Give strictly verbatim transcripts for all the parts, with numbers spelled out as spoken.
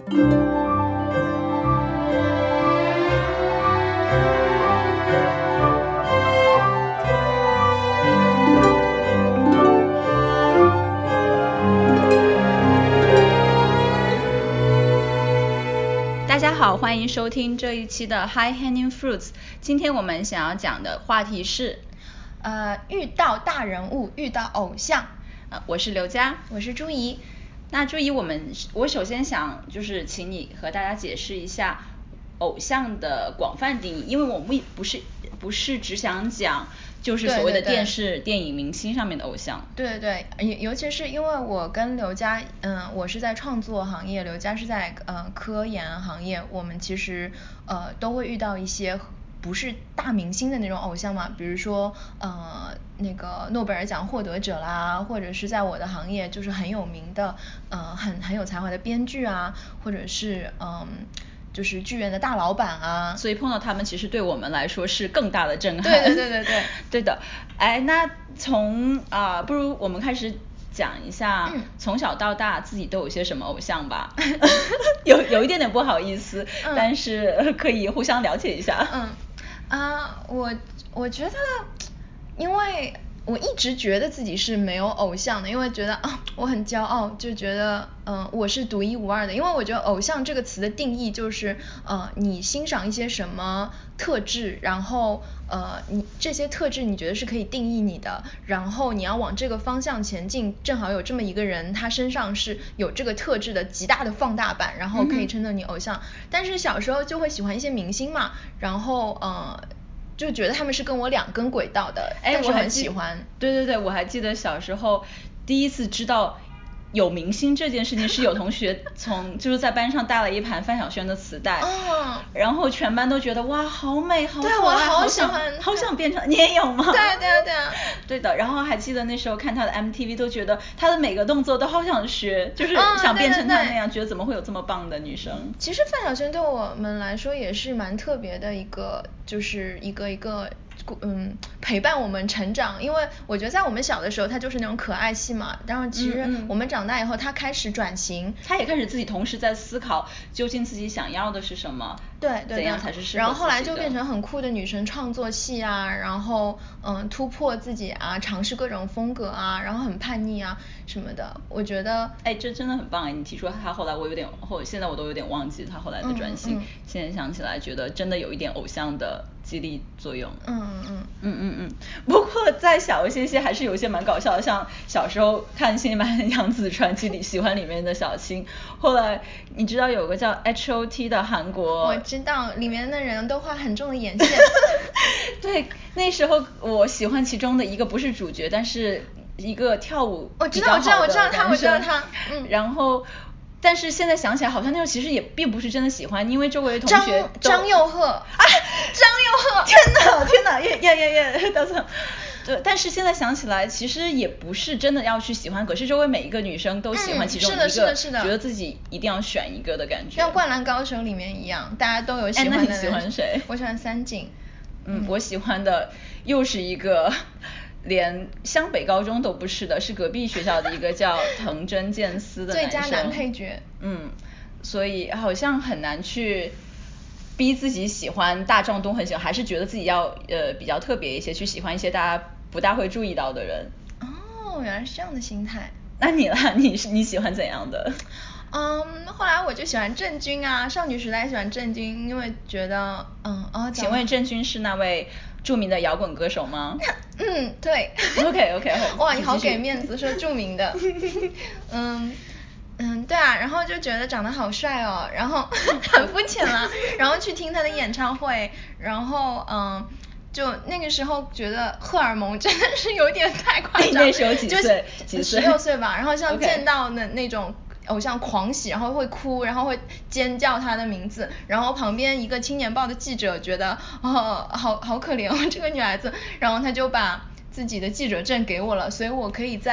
大家好，欢迎收听这一期的 High Hanging Fruits。今天我们想要讲的话题是， 呃，遇到大人物，遇到偶像。 呃，我是刘佳， 我是朱怡。 那朱怡，我们我首先想就是请你和大家解释一下偶像的广泛定义，因为我们不是不是只想讲就是所谓的电视、 对对对电影明星上面的偶像。 对对对，尤其是因为我跟刘佳，嗯，我是在创作行业，刘佳是在呃科研行业，我们其实呃都会遇到一些不是大明星的那种偶像嘛，比如说呃那个诺贝尔奖获得者啦，或者是在我的行业就是很有名的呃很很有才华的编剧啊，或者是嗯。就是剧院的大老板啊， 所以碰到他们其实对我们来说是更大的震撼。 对对对对对， 对的。哎，那从啊、呃，不如我们开始讲一下， 嗯、 从小到大自己都有些什么偶像吧。有有一点点不好意思， 嗯、 但是可以互相了解一下。 嗯啊，我我觉得，因为我一直觉得自己是没有偶像的，因为觉得啊我很骄傲，就觉得嗯、呃、我是独一无二的。因为我觉得偶像这个词的定义就是呃你欣赏一些什么特质，然后呃你这些特质你觉得是可以定义你的，然后你要往这个方向前进，正好有这么一个人，他身上是有这个特质的极大的放大版，然后可以称作你偶像。嗯、但是小时候就会喜欢一些明星嘛，然后呃。就觉得他们是跟我两根轨道的， 哎， 我很喜欢。 对对对，我还记得小时候第一次知道有明星这件事情，是有同学从就是在班上带了一盘范晓萱的磁带， 哦， 然后全班都觉得哇好美好可爱， 对我好喜欢， 好想变成，你也有吗？ 对对对对的。然后还记得那时候看她的 M T V 都觉得她的每个动作都好想学，就是想变成她那样， 哦、对对对觉得怎么会有这么棒的女生。 其实范晓萱对我们来说也是蛮特别的一个，就是一个一个嗯陪伴我们成长，因为我觉得在我们小的时候她就是那种可爱系嘛，然后其实我们长大以后她开始转型， 她也开始自己同时在思考究竟自己想要的是什么， 对对对， 怎样才是适合自己的。 然后后来就变成很酷的女神创作系啊，然后嗯突破自己啊，尝试各种风格啊，然后很叛逆啊什么的，我觉得哎这真的很棒哎，你提出她后来我有点后现在我都有点忘记她后来的转型， 嗯嗯、 现在想起来觉得真的有一点偶像的激励作用。 嗯嗯嗯嗯嗯。不过再小一些些还是有一些蛮搞笑的，像小时候看《新版杨紫传奇》里喜欢里面的小青，后来你知道有个叫 H O T 的韩国， 我知道里面的人都画很重的眼线。 对，那时候我喜欢其中的一个不是主角，但是一个跳舞比较好的男生， 我知道我知道我知道他我知道他，嗯， 然后。但是现在想起来，好像那时候其实也并不是真的喜欢，因为周围同学张张佑赫啊，张佑赫， 天哪天哪，耶耶耶耶，到此。对，但是现在想起来，其实也不是真的要去喜欢，可是周围每一个女生都喜欢其中一个， 嗯、是的，是的，是的， 觉得自己一定要选一个的感觉， 像《灌篮高手》里面一样，大家都有喜欢的人。 哎，那你喜欢谁？ 我喜欢三井。 嗯，我喜欢的又是一个。连湘北高中都不是的，是隔壁学校的一个叫藤真健司的男生， 最佳男配角。 嗯，所以好像很难去逼自己喜欢大众都很喜欢，还是觉得自己要呃比较特别一些，去喜欢一些大家不大会注意到的人。 哦，原来是这样的心态。 那你啦，你是你喜欢怎样的？ 嗯，后来我就喜欢郑钧啊，少女时代喜欢郑钧，因为觉得嗯哦。 请问郑钧是那位著名的摇滚歌手吗？ 嗯，对。 OK OK。 哇，你好给面子说著名的。嗯嗯，对啊，然后就觉得长得好帅哦，然后很肤浅啦，然后去听他的演唱会，然后嗯。就那个时候觉得荷尔蒙真的是有点太夸张， 那时候几岁？几岁？ 十六岁吧。然后像见到的那种偶像狂喜，然后会哭，然后会尖叫他的名字，然后旁边一个青年报的记者觉得哦好好可怜哦这个女孩子，然后他就把自己的记者证给我了，所以我可以在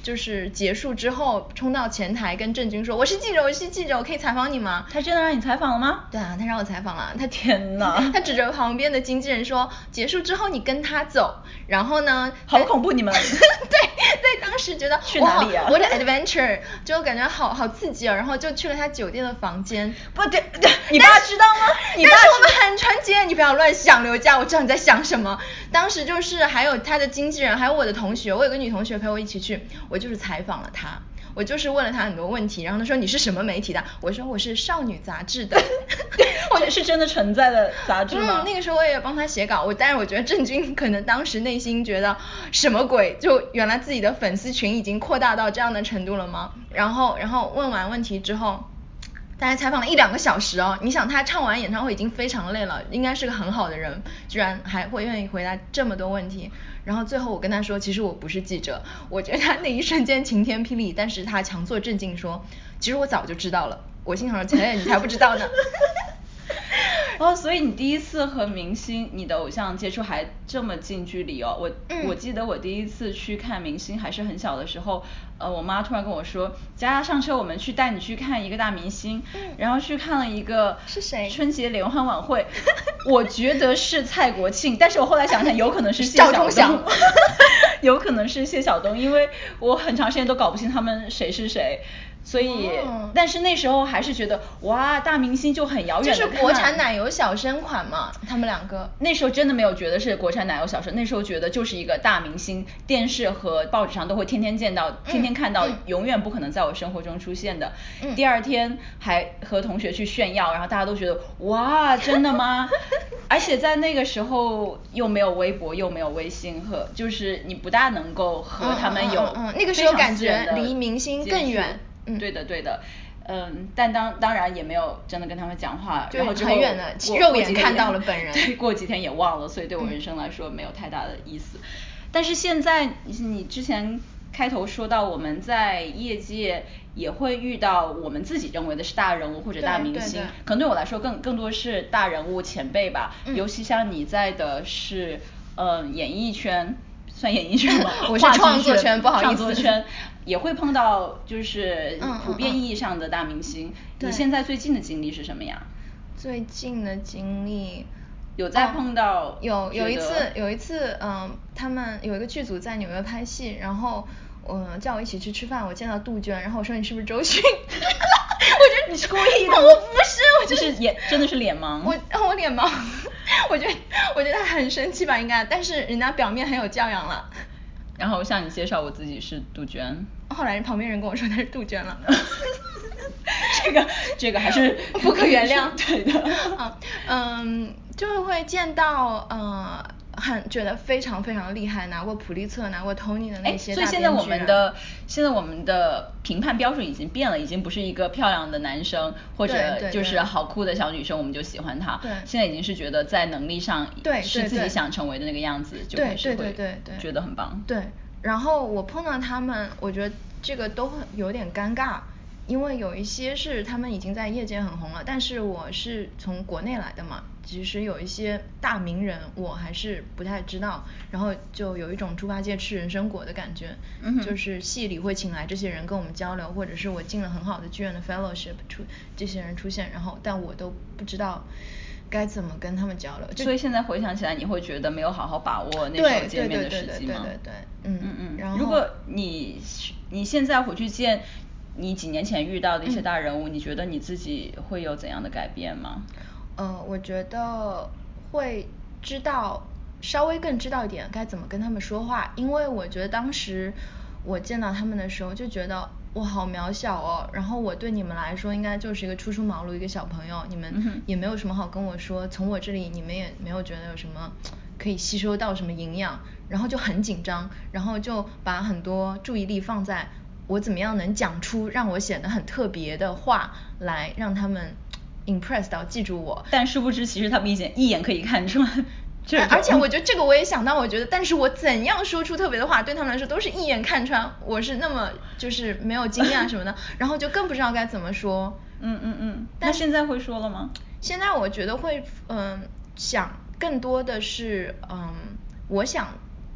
就是结束之后冲到前台跟郑钧说，我是记者，我是记者，我可以采访你吗？ 他真的让你采访了吗？ 对啊，他让我采访了。他天哪！ 他指着旁边的经纪人说，结束之后你跟他走。然后呢？ 好恐怖你们！ 对对，当时觉得去哪里啊？ 我的 adventure 就感觉好好刺激啊，然后就去了他酒店的房间。 不对，你爸知道吗？你爸但是我们很纯洁，你不要乱想，刘佳，我知道你在想什么。当时就是还有他的经纪人，还有我的同学，我有个女同学陪我一起去，我就是采访了他。我就是问了他很多问题，然后他说你是什么媒体的？我说我是少女杂志的。 我是真的存在的杂志吗？ 嗯，那个时候我也帮他写稿，我但是我觉得郑钧可能当时内心觉得什么鬼，就原来自己的粉丝群已经扩大到这样的程度了吗？然后然后问完问题之后，大概采访了一两个小时哦，你想他唱完演唱会已经非常累了，应该是个很好的人，居然还会愿意回答这么多问题。然后最后我跟他说，其实我不是记者。我觉得他那一瞬间晴天霹雳，但是他强作镇静说，其实我早就知道了。我心想说，哎，你才不知道呢。 哦，所以你第一次和明星，你的偶像接触还这么近距离哦。我、嗯、我记得我第一次去看明星还是很小的时候，呃，我妈突然跟我说，佳佳上车，我们去带你去看一个大明星，嗯、然后去看了一个是谁春节联欢晚会，我觉得是蔡国庆，但是我后来想想，有可能是谢晓东，有可能是谢晓东，因为我很长时间都搞不清他们谁是谁。所以、哦，但是那时候还是觉得哇，大明星就很遥远的看， 就是国产奶油小生款嘛，他们两个。 那时候真的没有觉得是国产奶油小生，那时候觉得就是一个大明星，电视和报纸上都会天天见到，嗯、天天看到、嗯，永远不可能在我生活中出现的。嗯、第二天还和同学去炫耀，然后大家都觉得哇，真的吗？而且在那个时候又没有微博，又没有微信，和就是你不大能够和他们有嗯嗯嗯嗯那个时候感觉离明星更远。 嗯，对的对的，嗯，但当当然也没有真的跟他们讲话，然后之后很远的肉眼看到了本人， 对，过几天也忘了，所以对我人生来说没有太大的意思。嗯、但是现在你之前开头说到我们在业界也会遇到我们自己认为的是大人物或者大明星，可能对我来说更更多是大人物前辈吧，嗯、尤其像你在的是呃演艺圈。算演艺圈吗？ 我是创作圈，不好意思。 创作圈也会碰到，就是普遍意义上的大明星。嗯嗯嗯、你现在最近的经历是什么呀？ 最近的经历有在碰到、哦？ 有有一次，有一次，嗯，他们有一个剧组在纽约拍戏，然后嗯叫我一起去吃饭，我见到杜鹃，然后我说你是不是周迅？我觉得你是故意的， 我不是，我就是眼真的是脸盲。 我我脸盲。我觉得我觉得他很生气吧，应该，但是人家表面很有教养了。 然后向你介绍我自己是杜鹃， 后来旁边人跟我说他是杜鹃了。 这个这个还是不可原谅。 对的。 啊，嗯，就会见到呃。很觉得非常非常厉害，拿过普利策拿过 Tony 的那些大编剧人。 所以现在我们的现在我们的评判标准已经变了，已经不是一个漂亮的男生或者就是好酷的小女生我们就喜欢他， 对， 现在已经是觉得在能力上对是自己想成为的那个样子，就还是会觉得很棒。 对，然后我碰到他们，我觉得这个都有点尴尬，因为有一些是他们已经在业界很红了，但是我是从国内来的嘛，其实有一些大名人我还是不太知道，然后就有一种猪八戒吃人参果的感觉，嗯、就是戏里会请来这些人跟我们交流，或者是我进了很好的剧院的 fellowship 出这些人出现，然后但我都不知道该怎么跟他们交流。 所以现在回想起来，你会觉得没有好好把握那时候见面的时机吗？ 对对对对对对对，嗯嗯嗯。 然后如果你你现在回去见你几年前遇到的一些大人物，嗯、你觉得你自己会有怎样的改变吗？ 呃，我觉得会知道稍微更知道一点该怎么跟他们说话，因为我觉得当时我见到他们的时候就觉得我好渺小哦，然后我对你们来说应该就是一个初出茅庐一个小朋友，你们也没有什么好跟我说，从我这里你们也没有觉得有什么可以吸收到什么营养，然后就很紧张，然后就把很多注意力放在我怎么样能讲出让我显得很特别的话来让他们impress 到记住我， 但殊不知其实他们一眼一眼可以看出来。 而且我觉得这个我也想到，我觉得但是我怎样说出特别的话对他们来说都是一眼看穿我是那么就是没有经验什么的然后就更不知道该怎么说。 嗯嗯嗯。那现在会说了吗？ 现在我觉得会嗯、呃、想更多的是嗯我想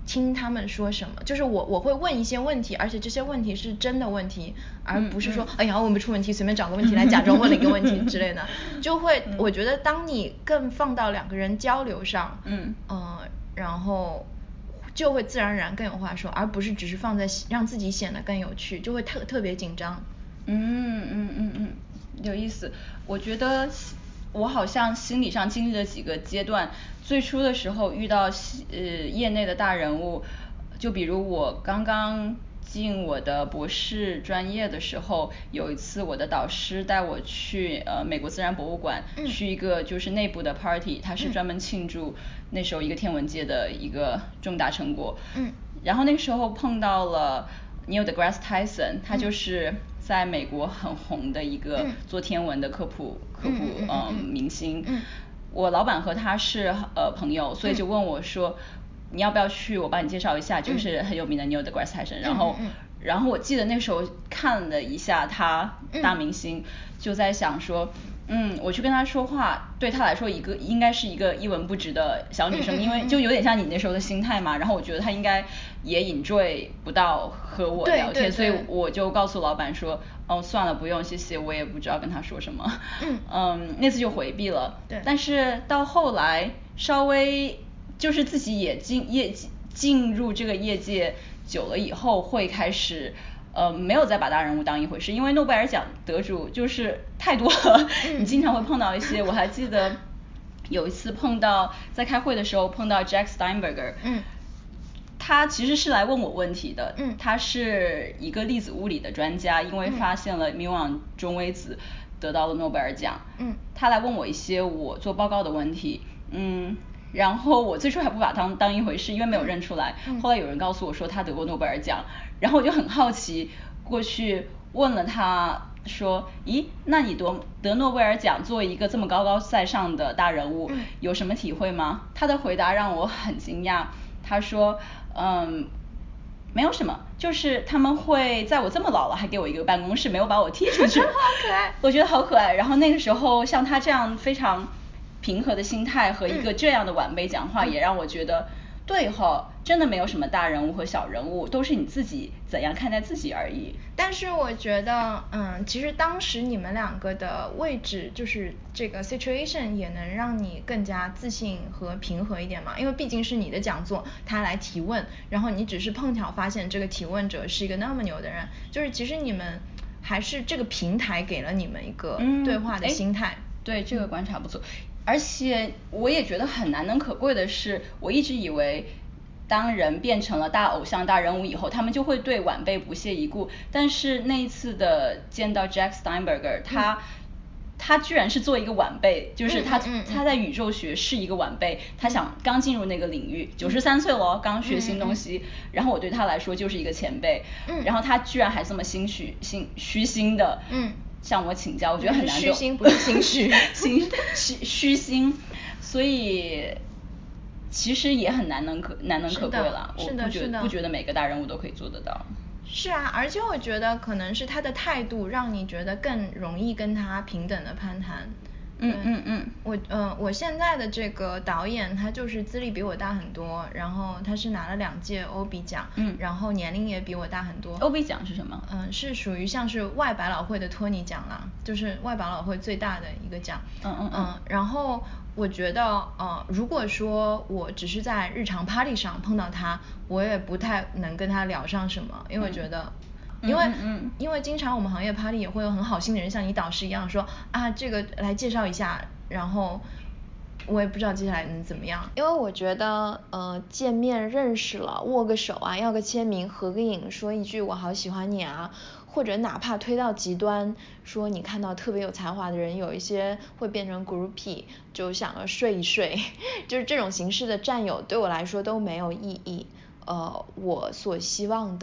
听他们说什么，就是我我会问一些问题，而且这些问题是真的问题，而不是说、嗯、哎呀我没出问题随便找个问题来假装问了一个问题之类的，就会、嗯、我觉得当你更放到两个人交流上，嗯呃然后就会自然而然更有话说，而不是只是放在让自己显得更有趣，就会特特别紧张。 嗯嗯嗯嗯，有意思。我觉得我好像心理上经历了几个阶段，最初的时候遇到呃业内的大人物，就比如我刚刚进我的博士专业的时候，有一次我的导师带我去呃美国自然博物馆、嗯、去一个就是内部的 party， 它是专门庆祝那时候一个天文界的一个重大成果。嗯，然后那个时候碰到了 Neil deGrasse Tyson， 他就是在美国很红的一个做天文的科普、嗯、科普嗯、呃、明星。嗯，我老板和他是呃朋友，所以就问我说、嗯、你要不要去我帮你介绍一下，就是很有名的 Neil deGrasse Tyson、嗯、然后、嗯、然后我记得那时候看了一下他大明星、嗯、就在想说嗯，我去跟他说话，对他来说一个应该是一个一文不值的小女生、嗯、因为就有点像你那时候的心态嘛，然后我觉得他应该也 enjoy 不到和我聊天，对对对，所以我就告诉老板说哦算了不用谢谢，我也不知道跟他说什么。嗯, 嗯那次就回避了。对，但是到后来稍微就是自己也进业进入这个业界久了以后，会开始呃，没有再把大人物当一回事，因为诺贝尔奖得主就是太多了，嗯、你经常会碰到一些。我还记得有一次碰到在开会的时候碰到 Jack Steinberger，嗯，他其实是来问我问题的，嗯，他是一个粒子物理的专家，因为发现了冥王中微子得到了诺贝尔奖，嗯，他来问我一些我做报告的问题，嗯。然后我最初还不把他当当一回事，因为没有认出来、嗯、后来有人告诉我说他得过诺贝尔奖，然后我就很好奇过去问了他说咦那你得得诺贝尔奖作为一个这么高高在上的大人物、嗯、有什么体会吗？他的回答让我很惊讶，他说嗯没有什么，就是他们会在我这么老了还给我一个办公室，没有把我踢出去。 好可爱， 我觉得好可爱。然后那个时候像他这样非常平和的心态和一个这样的晚辈讲话、嗯、也让我觉得对哈，真的没有什么大人物和小人物，都是你自己怎样看待自己而已。 但是我觉得嗯，其实当时你们两个的位置就是这个 situation 也能让你更加自信和平和一点嘛，因为毕竟是你的讲座他来提问，然后你只是碰巧发现这个提问者是一个那么牛的人，就是其实你们还是这个平台给了你们一个对话的心态、嗯、 对这个观察不错。而且我也觉得很难能可贵的是，我一直以为当人变成了大偶像大人物以后，他们就会对晚辈不屑一顾，但是那一次的见到 Jack Steinberger 他、嗯、他居然是做一个晚辈，就是他、嗯嗯嗯、他在宇宙学是一个晚辈，他想刚进入那个领域，九十三岁了刚学新东西、嗯嗯、然后我对他来说就是一个前辈、嗯、然后他居然还这么心虚心虚心的嗯向我请教，我觉得很难得。 虚心不是心虚， 心虚虚心，所以其实也很难能可难能可贵了。 是的， 我不觉是的， 不觉得每个大人物都可以做得到。 是啊，而且我觉得可能是他的态度让你觉得更容易跟他平等的攀谈。 嗯嗯嗯， 我呃我现在的这个导演他就是资历比我大很多，然后他是拿了两届欧比奖，嗯，然后年龄也比我大很多。 欧比奖是什么？ 嗯，是属于像是外百老汇的托尼奖啦，就是外百老汇最大的一个奖。嗯嗯嗯。然后我觉得呃如果说我只是在日常 party 上碰到他，我也不太能跟他聊上什么，因为我觉得。嗯因为嗯嗯因为经常我们行业 party 也会有很好心的人像你导师一样说啊这个来介绍一下，然后我也不知道接下来能怎么样。因为我觉得呃见面认识了握个手啊，要个签名合个影，说一句我好喜欢你啊，或者哪怕推到极端说你看到特别有才华的人，有一些会变成 groupie 就想要睡一睡就是这种形式的战友对我来说都没有意义。呃我所希望的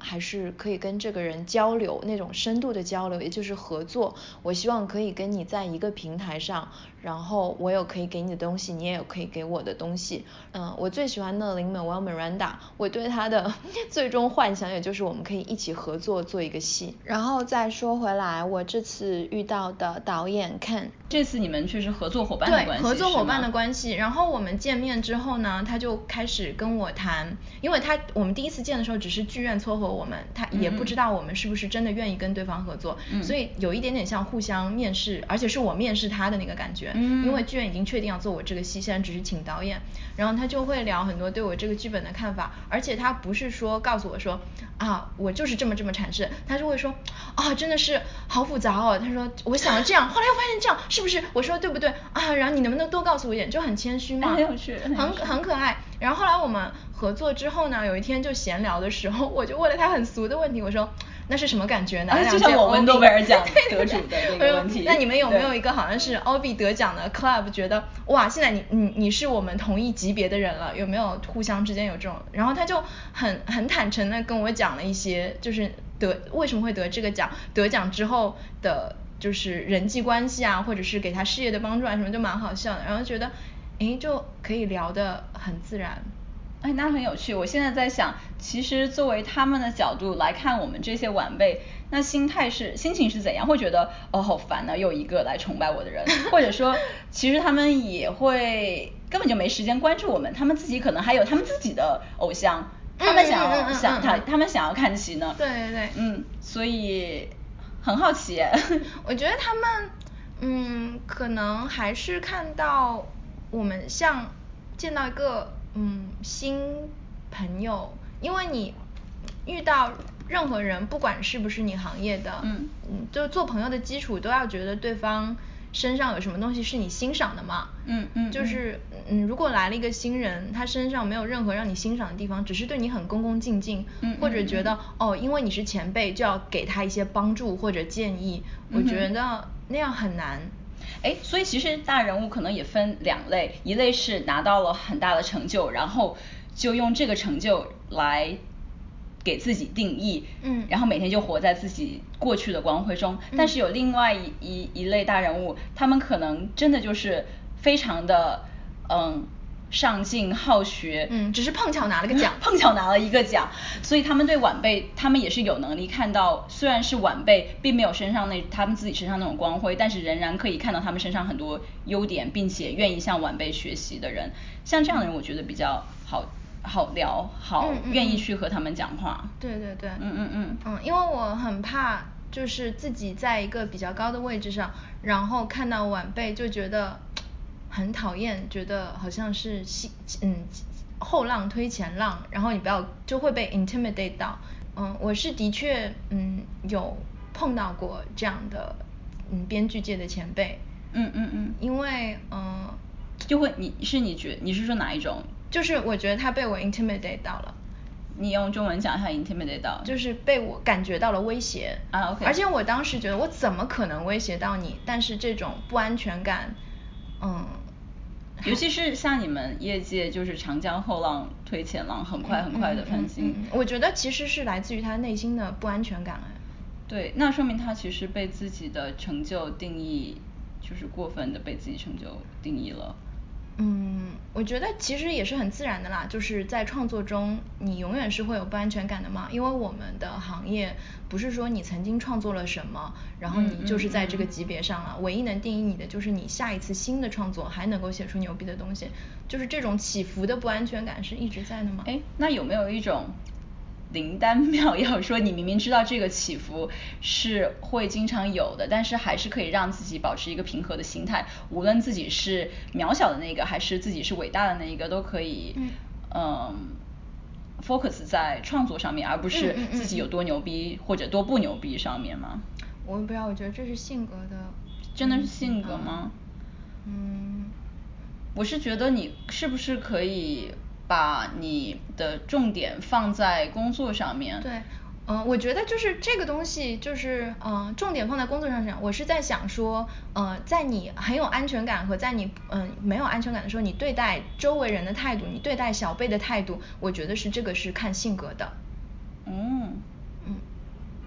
还是可以跟这个人交流，那种深度的交流，也就是合作。我希望可以跟你在一个平台上，然后我有可以给你的东西，你也有可以给我的东西。嗯，我最喜欢的林美，Well Miranda，我对她的最终幻想也就是我们可以一起合作做一个戏。然后再说回来，我这次遇到的导演 Ken， 这次你们却是合作伙伴的关系， 对，合作伙伴的关系。然后我们见面之后呢，他就开始跟我谈，因为他我们第一次见的时候只是剧院撮合我们，他也不知道我们是不是真的愿意跟对方合作，嗯、所以有一点点像互相面试，而且是我面试他的那个感觉，嗯、因为剧院已经确定要做我这个戏，现在只是请导演，然后他就会聊很多对我这个剧本的看法，而且他不是说告诉我说啊我就是这么这么阐释，他就会说啊真的是好复杂哦，他说我想要这样，后来又发现这样是不是？我说对不对啊？然后你能不能多告诉我一点？就很谦虚嘛， 很有趣，很很很可爱。然后后来我们合作之后呢，有一天就闲聊的时候，我就问了他很俗的问题，我说那是什么感觉呢？ 啊、就像我问诺贝尔奖得主的这个问题。 那你们有没有一个好像是奥比得奖的 club， 觉得哇，现在你你你是我们同一级别的人了，有没有互相之间有这种？然后他就很很坦诚的跟我讲了一些，就是得为什么会得这个奖，得奖之后的。就是人际关系啊，或者是给他事业的帮助啊，什么就蛮好笑的，然后觉得，诶，就可以聊得很自然。 哎，那很有趣。我现在在想，其实作为他们的角度来看我们这些晚辈，那心态是心情是怎样？会觉得哦好烦啊，又一个来崇拜我的人，或者说其实他们也会根本就没时间关注我们，他们自己可能还有他们自己的偶像，他们想要、嗯嗯嗯嗯、想他他们想要看齐呢。 对对对。 嗯，所以。很好奇耶我觉得他们嗯可能还是看到我们像见到一个嗯新朋友，因为你遇到任何人不管是不是你行业的，嗯嗯，就做朋友的基础都要觉得对方身上有什么东西是你欣赏的嘛， 嗯嗯， 就是嗯如果来了一个新人，他身上没有任何让你欣赏的地方，只是对你很恭恭敬敬，嗯，或者觉得哦因为你是前辈就要给他一些帮助或者建议，我觉得那样很难。 哎，所以其实大人物可能也分两类，一类是拿到了很大的成就，然后就用这个成就来给自己定义，嗯，然后每天就活在自己过去的光辉中。嗯、但是有另外一一一类大人物，他们可能真的就是非常的嗯上进好学， 嗯，只是碰巧拿了个奖， 碰巧拿了一个奖，所以他们对晚辈，他们也是有能力看到，虽然是晚辈，并没有身上那他们自己身上那种光辉，但是仍然可以看到他们身上很多优点，并且愿意向晚辈学习的人，像这样的人，我觉得比较好。好聊，好愿意去和他们讲话。 对对对， 嗯嗯嗯嗯，因为我很怕就是自己在一个比较高的位置上，然后看到晚辈就觉得很讨厌，觉得好像是嗯后浪推前浪，然后你不要就会被 intimidate 到。嗯，我是的确嗯有碰到过这样的嗯编剧界的前辈。 嗯嗯嗯， 因为嗯就会你是你觉你是说哪一种？ 就是我觉得他被我 intimidate 到了。 你用中文讲一下 intimidate 到。 就是被我感觉到了威胁啊 OK。 而且我当时觉得我怎么可能威胁到你？但是这种不安全感，嗯， 尤其是像你们业界就是长江后浪推前浪，很快很快的翻新。 嗯嗯嗯嗯、我觉得其实是来自于他内心的不安全感。 对，那说明他其实被自己的成就定义，就是过分的被自己成就定义了。 嗯，我觉得其实也是很自然的啦，就是在创作中你永远是会有不安全感的嘛，因为我们的行业不是说你曾经创作了什么，然后你就是在这个级别上了，嗯嗯嗯唯一能定义你的就是你下一次新的创作还能够写出牛逼的东西，就是这种起伏的不安全感是一直在的嘛。 哎，那有没有一种灵丹妙药，说你明明知道这个起伏是会经常有的，但是还是可以让自己保持一个平和的心态，无论自己是渺小的那个还是自己是伟大的那一个，都可以嗯、呃、focus 在创作上面，而不是自己有多牛逼或者多不牛逼上面吗？ 我不知道，我觉得这是性格的。 真的是性格吗？ 嗯， 我是觉得你是不是可以把你的重点放在工作上面。 对，嗯、呃，我觉得就是这个东西就是嗯、呃，重点放在工作上讲。我是在想说，呃，在你很有安全感和在你嗯、呃、没有安全感的时候，你对待周围人的态度，你对待小辈的态度，我觉得是这个是看性格的。 嗯，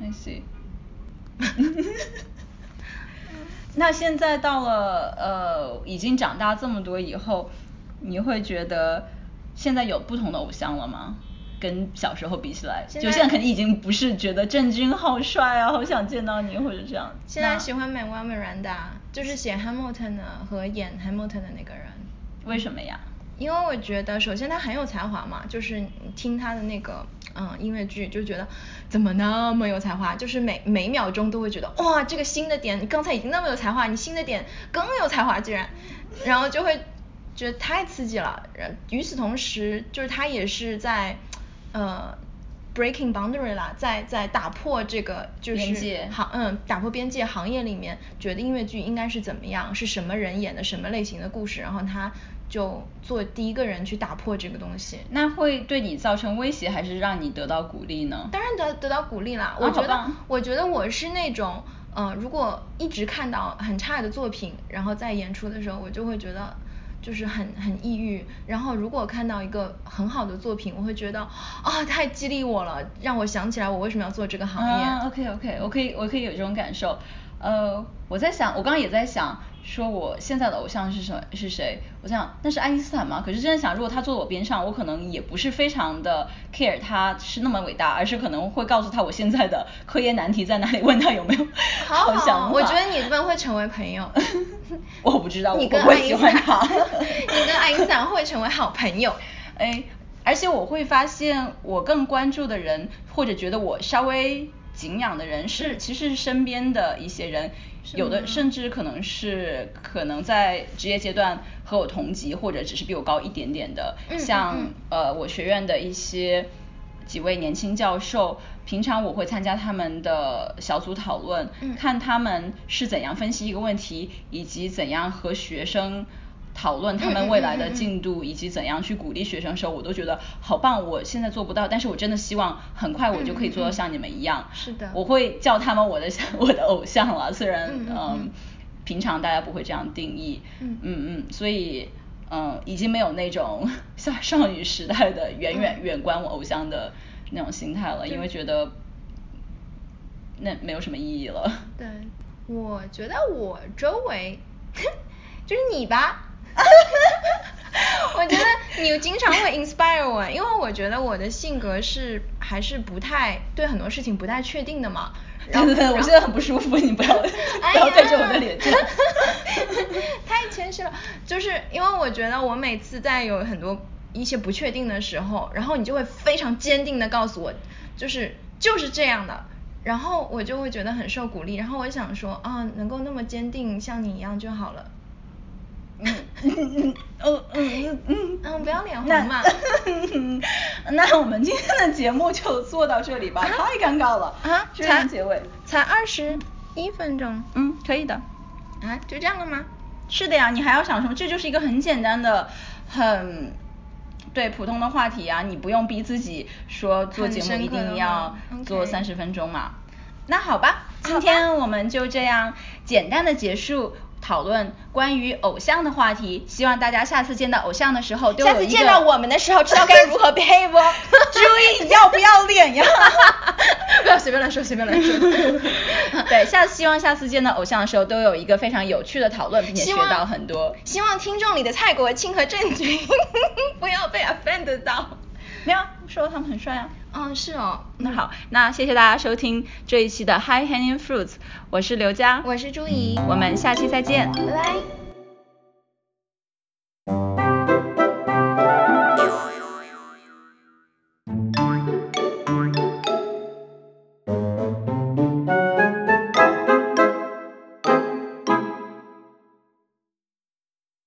I see 那现在到了呃已经长大这么多以后，你会觉得现在有不同的偶像了吗？跟小时候比起来，就现在肯定已经不是觉得郑钧好帅啊，好想见到你或者这样。 现在喜欢 Manuel Miranda， 就是写 Hamilton 的和演 Hamilton 的那个人。 为什么呀？ 因为我觉得首先他很有才华嘛，就是听他的那个嗯音乐剧就觉得怎么那么有才华，就是每每秒钟都会觉得哇这个新的点，你刚才已经那么有才华，你新的点更有才华居然，然后就会觉得太刺激了。与此同时就是他也是在呃 breaking boundary 啦，在在打破这个就是行嗯打破边界行业里面觉得音乐剧应该是怎么样，是什么人演的什么类型的故事，然后他就做第一个人去打破这个东西。 那会对你造成威胁还是让你得到鼓励呢？ 当然得得到鼓励啦。我觉得、啊、我觉得我是那种呃如果一直看到很差的作品，然后在演出的时候我就会觉得就是很很抑郁，然后如果看到一个很好的作品，我会觉得啊太激励我了，让我想起来我为什么要做这个行业。 啊、OK OK， 我可以我可以有这种感受。呃，我在想，我刚刚也在想，说我现在的偶像是什么是谁？我想那是爱因斯坦吗？可是真的想，如果他坐我边上，我可能也不是非常的 care 他是那么伟大，而是可能会告诉他我现在的科研难题在哪里，问他有没有好想法。 我觉得你们会成为朋友。 我不知道你我会不会喜欢他。 你跟爱因斯坦会成为好朋友。 哎，而且我会发现，我更关注的人，或者觉得我稍微敬仰的人是，其实是身边的一些人，有的甚至可能是可能在职业阶段和我同级，或者只是比我高一点点的， 嗯、 像、 嗯、 呃我学院的一些几位年轻教授，平常我会参加他们的小组讨论、嗯，看他们是怎样分析一个问题，以及怎样和学生讨论他们未来的进度、嗯、以及怎样去鼓励学生的时候，我都觉得好棒。我现在做不到，但是我真的希望很快我就可以做到像你们一样。 是的， 我会叫他们我的我的偶像了，虽然嗯、 嗯呃、平常大家不会这样定义。嗯嗯嗯，所以嗯、呃、已经没有那种像少女时代的远远远观我偶像的那种心态了，因为觉得那没有什么意义了。 对，我觉得我周围就是你吧。我觉得你经常会 inspire 我，因为我觉得我的性格是还是不太对很多事情不太确定的嘛。 对对对，我现在很不舒服，你不要、哎、不要对着我的脸这样。 太谦虚了，就是因为我觉得我每次在有很多一些不确定的时候，然后你就会非常坚定的告诉我，就是就是这样的，然后我就会觉得很受鼓励，然后我想说啊，能够那么坚定像你一样就好了。嗯嗯嗯嗯嗯嗯，不要脸红嘛。 那我们今天的节目就做到这里吧，啊、太尴尬了啊！ 这样结尾才二十一分钟， 嗯，可以的。 啊，就这样了吗？ 是的呀，你还要想什么？这就是一个很简单的、很对普通的话题啊，你不用逼自己说做节目一定要做三十分钟嘛。那好吧，今天我们就这样简单的结束讨论关于偶像的话题，希望大家下次见到偶像的时候都有一个， 下次见到我们的时候知道该如何 behave 哦。 注意要不要脸呀。 不要随便乱说，随便乱说。 对，下次希望下次见到偶像的时候都有一个非常有趣的讨论，并且学到很多。 希望听众里的蔡国庆和郑钧不要被 offend 到。 没有，说他们很帅啊。 嗯，是哦。 那好，那谢谢大家收听这一期的 High Hanging Fruits， 我是刘佳， 我是朱怡， 我们下期再见， 拜拜。